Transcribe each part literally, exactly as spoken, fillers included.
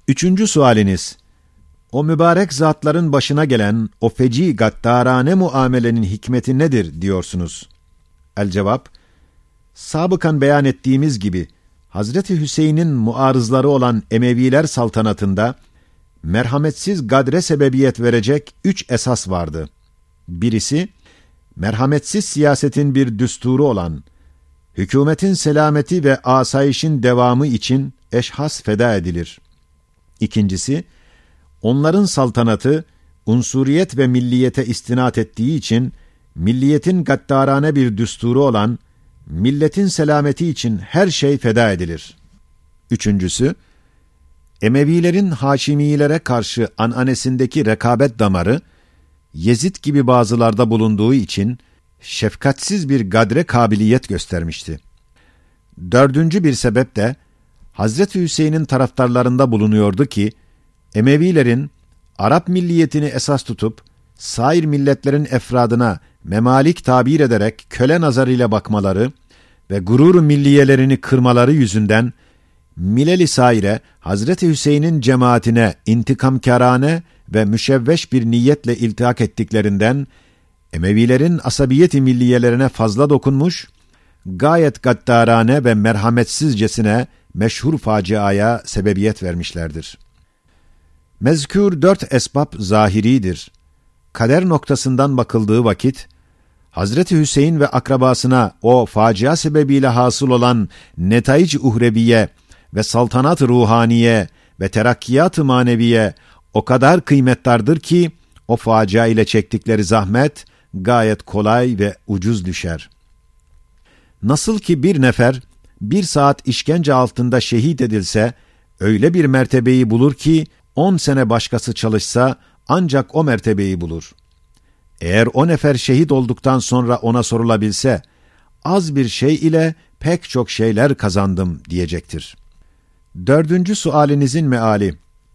Üçüncü sualiniz, o mübarek zatların başına gelen o feci gaddarane muamelenin hikmeti nedir diyorsunuz? El cevap, sabıkan beyan ettiğimiz gibi, Hazreti Hüseyin'in muarızları olan Emeviler saltanatında, merhametsiz gadre sebebiyet verecek üç esas vardı. Birisi, merhametsiz siyasetin bir düsturu olan, hükümetin selameti ve asayişin devamı için eşhas feda edilir. İkincisi, onların saltanatı, unsuriyet ve milliyete istinat ettiği için, milliyetin gaddarane bir düsturu olan, milletin selameti için her şey feda edilir. Üçüncüsü, Emevilerin Haşimilere karşı ananesindeki rekabet damarı, Yezid gibi bazılarda bulunduğu için, şefkatsiz bir gadre kabiliyet göstermişti. Dördüncü bir sebep de, Hazreti Hüseyin'in taraftarlarında bulunuyordu ki, Emevilerin, Arap milliyetini esas tutup, sair milletlerin efradına memalik tabir ederek köle nazarıyla bakmaları ve gurur milliyelerini kırmaları yüzünden, mileli saire Hazreti Hüseyin'in cemaatine intikamkârane ve müşevveş bir niyetle iltihak ettiklerinden, Emevilerin asabiyeti milliyelerine fazla dokunmuş, gayet gaddarane ve merhametsizcesine meşhur faciaya sebebiyet vermişlerdir. Mezkür dört esbab zahiridir. Kader noktasından bakıldığı vakit, Hazreti Hüseyin ve akrabasına o facia sebebiyle hasıl olan netaic uhreviye ve saltanat ruhaniye ve terakkiyat-ı maneviye o kadar kıymettardır ki, o facia ile çektikleri zahmet gayet kolay ve ucuz düşer. Nasıl ki bir nefer, bir saat işkence altında şehit edilse, öyle bir mertebeyi bulur ki, on sene başkası çalışsa, ancak o mertebeyi bulur. Eğer o nefer şehit olduktan sonra ona sorulabilse, az bir şey ile pek çok şeyler kazandım diyecektir. Dördüncü sualinizin meali,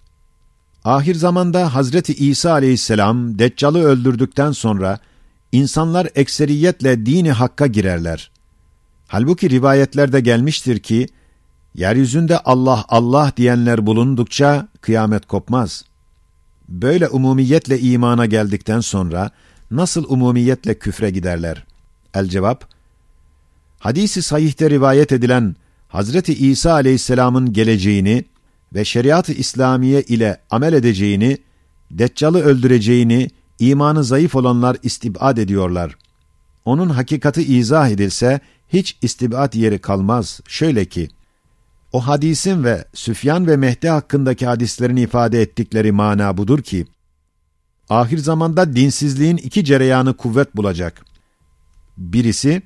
ahir zamanda Hazreti İsa aleyhisselam Deccal'ı öldürdükten sonra, insanlar ekseriyetle dini hakka girerler. Halbuki rivayetlerde gelmiştir ki, yeryüzünde Allah Allah diyenler bulundukça kıyamet kopmaz. Böyle umumiyetle imana geldikten sonra, nasıl umumiyetle küfre giderler? El cevap, hadis-i sahihte rivayet edilen Hazreti İsa aleyhisselamın geleceğini ve şeriat-ı İslamiye ile amel edeceğini, Deccal'ı öldüreceğini, imanı zayıf olanlar istibad ediyorlar. Onun hakikati izah edilse, hiç istibad yeri kalmaz. Şöyle ki, o hadisin ve Süfyan ve Mehdi hakkındaki hadislerin ifade ettikleri mana budur ki, ahir zamanda dinsizliğin iki cereyanı kuvvet bulacak. Birisi,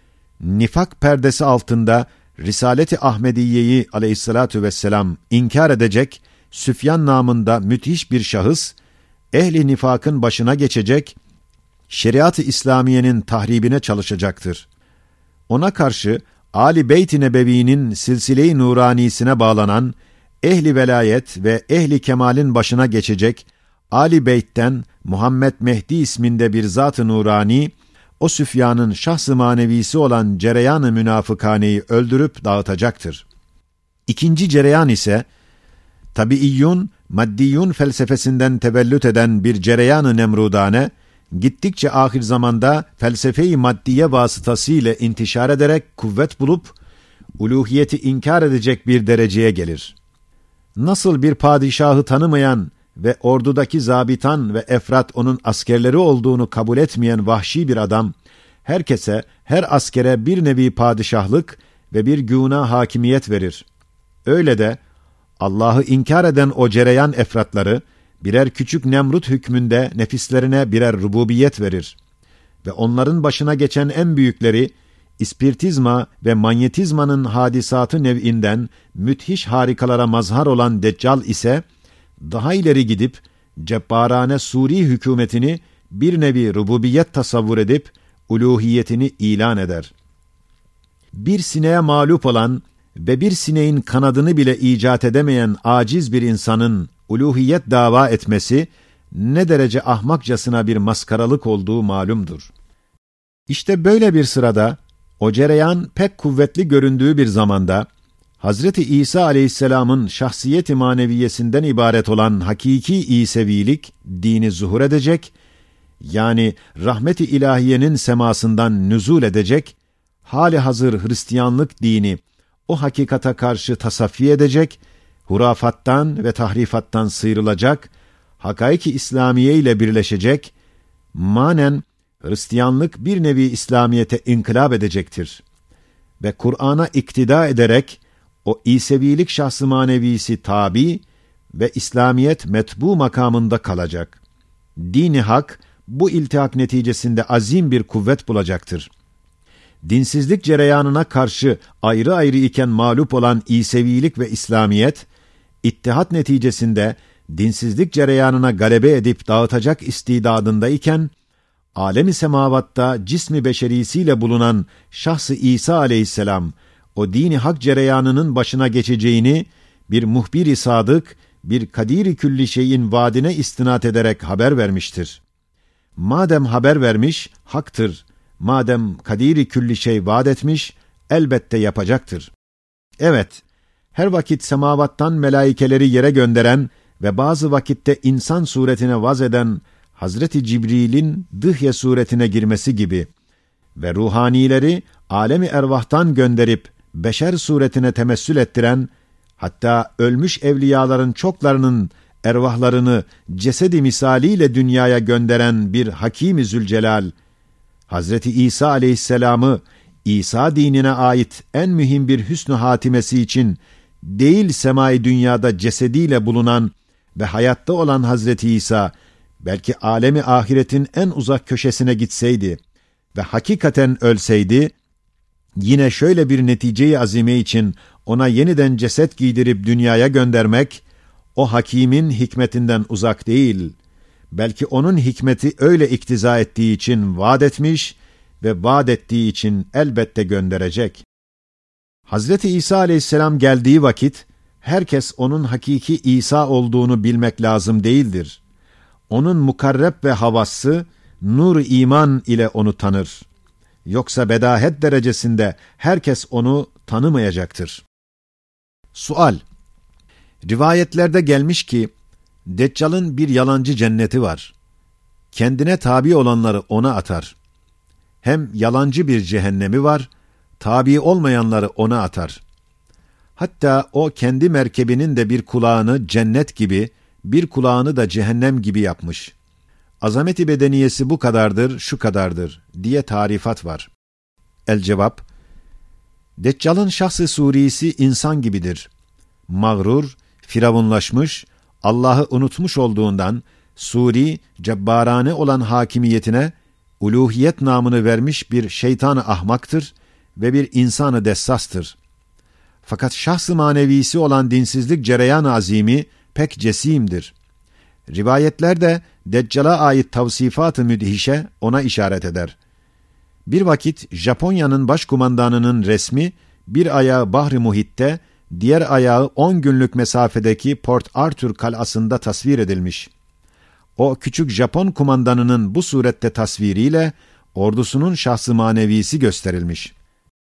nifak perdesi altında Risalet-i Ahmediye'yi aleyhissalatu vesselam inkar edecek, Süfyan namında müthiş bir şahıs, ehli nifakın başına geçecek, şeriat-ı İslamiye'nin tahribine çalışacaktır. Ona karşı, Ali Beyt-i Nebevi'nin silsile-i nuranisine bağlanan, ehli velayet ve ehli kemalin başına geçecek, Ali Beyt'ten Muhammed Mehdi isminde bir zat-ı nurani, o Süfyan'ın şahs-ı manevisi olan cereyan-ı münafıkaneyi öldürüp dağıtacaktır. İkinci cereyan ise, tabiiyyun, maddiyun felsefesinden tevellüt eden bir cereyan-ı nemrudane, gittikçe ahir zamanda felsefe-i maddiye vasıtasıyla intişar ederek kuvvet bulup, uluhiyeti inkar edecek bir dereceye gelir. Nasıl bir padişahı tanımayan ve ordudaki zabitan ve efrat onun askerleri olduğunu kabul etmeyen vahşi bir adam, herkese, her askere bir nevi padişahlık ve bir güna hakimiyet verir. Öyle de, Allah'ı inkar eden o cereyan efratları, birer küçük Nemrut hükmünde nefislerine birer rububiyet verir. Ve onların başına geçen en büyükleri, ispiritizma ve manyetizmanın hadisatı nev'inden müthiş harikalara mazhar olan Deccal ise, daha ileri gidip, cebbarane Suri hükümetini bir nevi rububiyet tasavvur edip, uluhiyetini ilan eder. Bir sineğe mağlup olan ve bir sineğin kanadını bile icat edemeyen aciz bir insanın uluhiyet dava etmesi, ne derece ahmakçasına bir maskaralık olduğu malumdur. İşte böyle bir sırada, o cereyan pek kuvvetli göründüğü bir zamanda, Hazreti İsa aleyhisselamın şahsiyet-i maneviyesinden ibaret olan hakiki İsevilik dini zuhur edecek, yani rahmet-i ilahiyenin semasından nüzul edecek, hali hazır Hristiyanlık dini o hakikata karşı tasaffi edecek, hurafattan ve tahrifattan sıyrılacak, hakaik-i İslamiye ile birleşecek, manen Hristiyanlık bir nevi İslamiyete inkılap edecektir. Ve Kur'an'a iktida ederek o İsevilik şahs-ı manevisi tabi ve İslamiyet metbu makamında kalacak. Dini hak bu iltihak neticesinde azim bir kuvvet bulacaktır. Dinsizlik cereyanına karşı ayrı ayrı iken mağlup olan İsevilik ve İslamiyet, ittihat neticesinde dinsizlik cereyanına galebe edip dağıtacak istidadındayken, alem-i semavatta cismi beşerisiyle bulunan şahs-ı İsa aleyhisselam, o dini hak cereyanının başına geçeceğini, bir muhbir-i sadık, bir kadir-i külli şeyin vaadine istinat ederek haber vermiştir. Madem haber vermiş, haktır. Madem kadir-i külli şey vaat etmiş, elbette yapacaktır. Evet, her vakit semavattan melaikeleri yere gönderen ve bazı vakitte insan suretine vaz eden Hazreti Cibril'in dıhye suretine girmesi gibi ve ruhanileri alemi ervahtan gönderip beşer suretine temessül ettiren, hatta ölmüş evliyaların çoklarının ervahlarını cesedi misaliyle dünyaya gönderen bir Hakim-i Zülcelal, Hazreti İsa aleyhisselamı İsa dinine ait en mühim bir hüsnü hatimesi için değil semai dünyada cesediyle bulunan ve hayatta olan Hazreti İsa, belki alemi ahiretin en uzak köşesine gitseydi ve hakikaten ölseydi, yine şöyle bir netice-i azime için ona yeniden ceset giydirip dünyaya göndermek, o Hakîm'in hikmetinden uzak değil, belki onun hikmeti öyle iktiza ettiği için vaat etmiş ve vaat ettiği için elbette gönderecek. Hazreti İsa aleyhisselam geldiği vakit, herkes onun hakiki İsa olduğunu bilmek lazım değildir. Onun mukarreb ve havası, nur iman ile onu tanır. Yoksa bedahet derecesinde herkes onu tanımayacaktır. Sual: Rivayetlerde gelmiş ki, Deccal'ın bir yalancı cenneti var. Kendine tabi olanları ona atar. Hem yalancı bir cehennemi var, tabi olmayanları ona atar. Hatta o kendi merkebinin de bir kulağını cennet gibi, bir kulağını da cehennem gibi yapmış. Azameti bedeniyesi bu kadardır, şu kadardır diye tarifat var. El cevap: Deccal'ın şahs-ı surisi insan gibidir. Mağrur, firavunlaşmış, Allah'ı unutmuş olduğundan suri, cebbarane olan hakimiyetine uluhiyet namını vermiş bir şeytan-ı ahmaktır ve bir insanı dessastır. Fakat şahs-ı manevisi olan dinsizlik cereyan-ı azimi pek cesimdir. Rivayetler de Deccal'a ait tavsifat-ı müdhişe ona işaret eder. Bir vakit Japonya'nın başkumandanının resmi bir ayağı Bahri Muhit'te, diğer ayağı on günlük mesafedeki Port Arthur kalasında tasvir edilmiş. O küçük Japon kumandanının bu surette tasviriyle ordusunun şahs-ı manevisi gösterilmiş.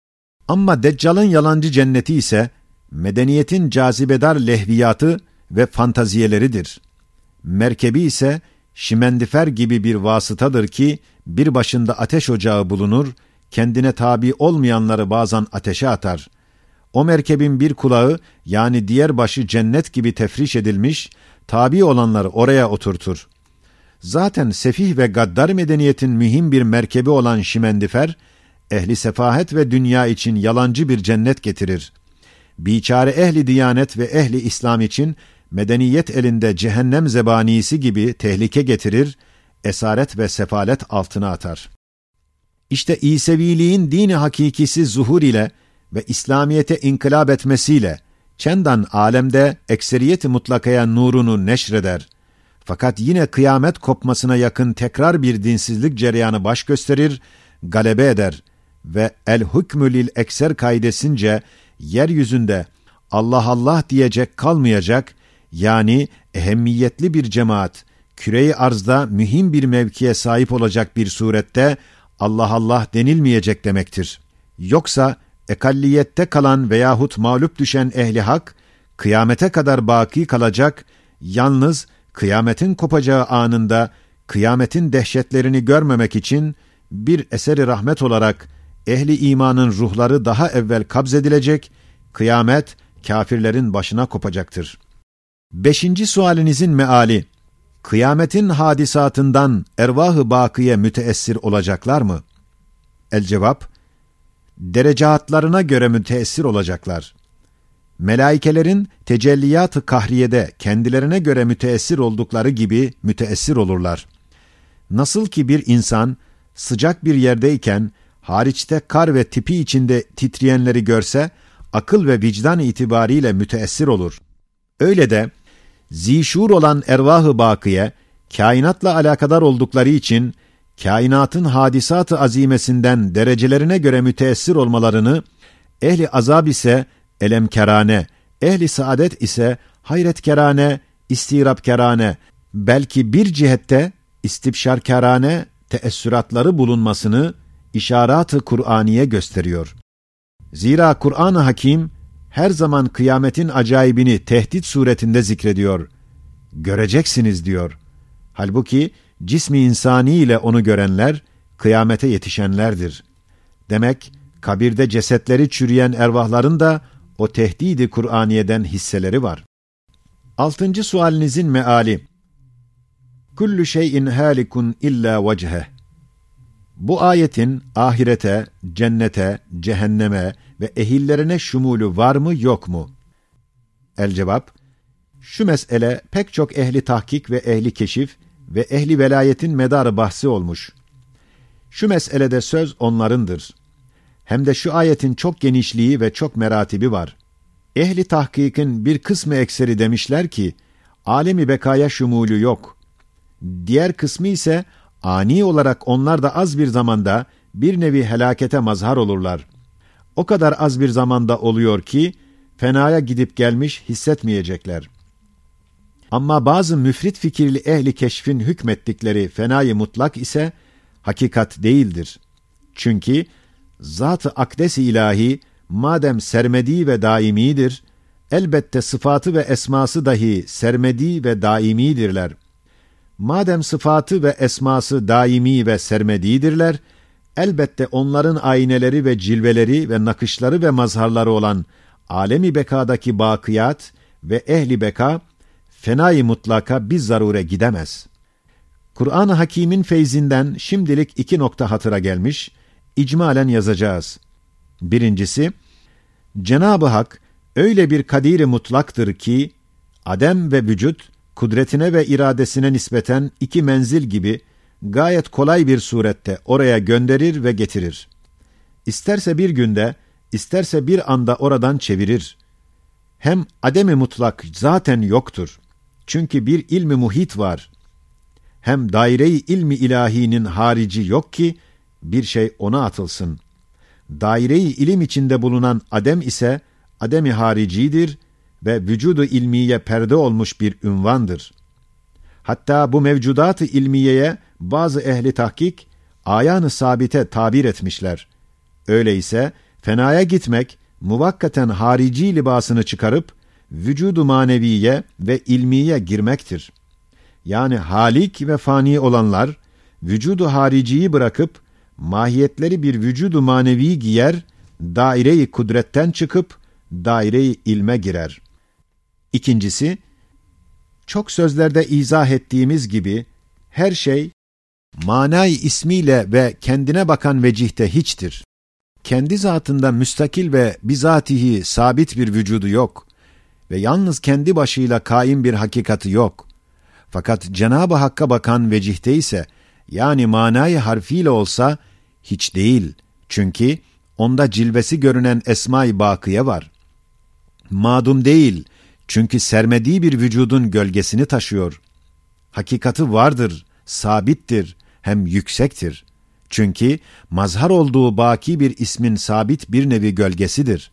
Ama Deccal'ın yalancı cenneti ise medeniyetin cazibedar lehviyatı ve fantaziyeleridir. Merkebi ise şimendifer gibi bir vasıtadır ki bir başında ateş ocağı bulunur, kendine tabi olmayanları bazen ateşe atar. O merkebin bir kulağı, yani diğer başı cennet gibi tefriş edilmiş, tabi olanları oraya oturtur. Zaten sefih ve gaddar medeniyetin mühim bir merkebi olan şimendifer, ehli sefahet ve dünya için yalancı bir cennet getirir. Biçare ehli diyanet ve ehli İslam için medeniyet elinde cehennem zebanisi gibi tehlike getirir, esaret ve sefalet altına atar. İşte İseviliğin dini hakikisi zuhur ile ve İslamiyete inkılap etmesiyle çendan alemde ekseriyeti mutlakaya nurunu neşreder. Fakat yine kıyamet kopmasına yakın tekrar bir dinsizlik cereyanı baş gösterir, galebe eder ve el hükmü lil ekser kaidesince yeryüzünde Allah Allah diyecek kalmayacak, yani ehemmiyetli bir cemaat, küre-i arzda mühim bir mevkiye sahip olacak bir surette Allah Allah denilmeyecek demektir. Yoksa ekalliyette kalan veyahut mağlup düşen ehli hak, kıyamete kadar baki kalacak, yalnız kıyametin kopacağı anında, kıyametin dehşetlerini görmemek için, bir eseri rahmet olarak, ehli imanın ruhları daha evvel kabzedilecek, kıyamet, kâfirlerin başına kopacaktır. Beşinci sualinizin meali, kıyametin hadisatından ervah-ı bakiye müteessir olacaklar mı? El cevap, derecatlarına göre müteessir olacaklar. Melaikelerin tecelliyat-ı kahriyede kendilerine göre müteessir oldukları gibi müteessir olurlar. Nasıl ki bir insan sıcak bir yerdeyken hariçte kar ve tipi içinde titreyenleri görse akıl ve vicdan itibariyle müteessir olur. Öyle de zişur olan ervah-ı bakiye kainatla alakadar oldukları için kainatın hadisat-ı azimesinden derecelerine göre müteessir olmalarını, ehli azab ise elemkerane, ehli saadet ise hayretkerane, istirapkerane, belki bir cihette istibşarkerane teessüratları bulunmasını işaret-ı Kur'aniye gösteriyor. Zira Kur'an-ı Hakim her zaman kıyametin acayibini tehdit suretinde zikrediyor. Göreceksiniz diyor. Halbuki cismi insani ile onu görenler kıyamete yetişenlerdir. Demek kabirde cesetleri çürüyen ervahların da o tehdidi Kur'aniye'den hisseleri var. Altıncı sualinizin meali, kullu şeyin halikun illa vecheh. Bu ayetin ahirete, cennete, cehenneme ve ehillerine şumulu var mı yok mu? El cevap, şu mesele pek çok ehli tahkik ve ehli keşif ve ehli velayetin medarı bahsi olmuş. Şu meselede söz onlarındır. Hem de şu ayetin çok genişliği ve çok meratibi var. Ehli tahkikin bir kısmı ekseri demişler ki, alemi bekaya şumulu yok. Diğer kısmı ise, ani olarak onlar da az bir zamanda bir nevi helakete mazhar olurlar. O kadar az bir zamanda oluyor ki, fenaya gidip gelmiş hissetmeyecekler. Ama bazı müfrit fikirli ehli keşfin hükmettikleri fenayı mutlak ise, hakikat değildir. Çünkü, zat-ı akdes-i ilahi, madem sermedi ve daimidir, elbette sıfatı ve esması dahi sermedi ve daimidirler. Madem sıfatı ve esması daimi ve sermedidirler, elbette onların ayneleri ve cilveleri ve nakışları ve mazharları olan alemi bekadaki bakiyat ve ehli beka, fenai mutlaka bir zarure gidemez. Kur'an-ı Hakîm'in feyzinden şimdilik iki nokta hatıra gelmiş, icmalen yazacağız. Birincisi, Cenab-ı Hak öyle bir kadir-i mutlaktır ki, adem ve vücut, kudretine ve iradesine nispeten iki menzil gibi gayet kolay bir surette oraya gönderir ve getirir. İsterse bir günde, isterse bir anda oradan çevirir. Hem adem-i mutlak zaten yoktur. Çünkü bir ilmi muhit var. Hem daire-i ilmi ilahinin harici yok ki bir şey ona atılsın. Daire-i ilim içinde bulunan adem ise adem-i haricidir ve vücudu ilmiye perde olmuş bir ünvandır. Hatta bu mevcudat-ı ilmiyeye bazı ehli tahkik ayan-ı sabite tabir etmişler. Öyleyse fenaya gitmek muvakkaten harici libasını çıkarıp vücudu maneviye ve ilmiye girmektir. Yani halik ve fani olanlar vücudu hariciyi bırakıp mahiyetleri bir vücudu manevi giyer, daire-i kudretten çıkıp daire-i ilme girer. İkincisi, çok sözlerde izah ettiğimiz gibi her şey manay ismiyle ve kendine bakan vecihte hiçtir. Kendi zatında müstakil ve bizatihi sabit bir vücudu yok ve yalnız kendi başıyla kaim bir hakikati yok. Fakat Cenab-ı Hakk'a bakan vecihte ise, yani manayı harfiyle olsa hiç değil. Çünkü onda cilvesi görünen esma-i bakiye var. Madum değil. Çünkü sermediği bir vücudun gölgesini taşıyor. Hakikati vardır, sabittir, hem yüksektir. Çünkü mazhar olduğu baki bir ismin sabit bir nevi gölgesidir.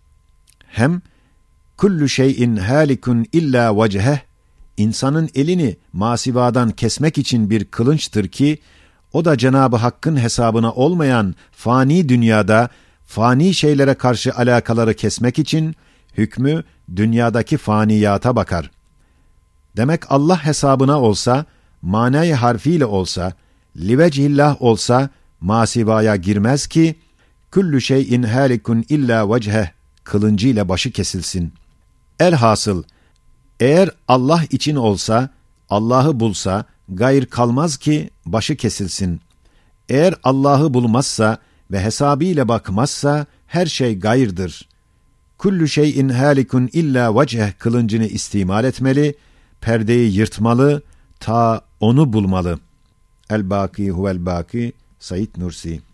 Hem kullu şeyin halikun illa vecheh, insanın elini masivadan kesmek için bir kılınçtır ki, o da Cenab-ı Hakk'ın hesabına olmayan fani dünyada fani şeylere karşı alakaları kesmek için hükmü dünyadaki faniyata bakar. Demek Allah hesabına olsa, manay harfiyle olsa, livecihillah olsa, masivaya girmez ki, küllü şeyin halikun illa vecheh, kılıncıyla başı kesilsin. Elhasıl, eğer Allah için olsa, Allah'ı bulsa, gayr kalmaz ki başı kesilsin. Eğer Allah'ı bulmazsa ve hesabıyla bakmazsa, her şey gayrdır. Kullu şeyin halikun illa vecheh kılıncını istimal etmeli, perdeyi yırtmalı, ta onu bulmalı. El-Bâkî huvel-Bâkî, Said Nursi.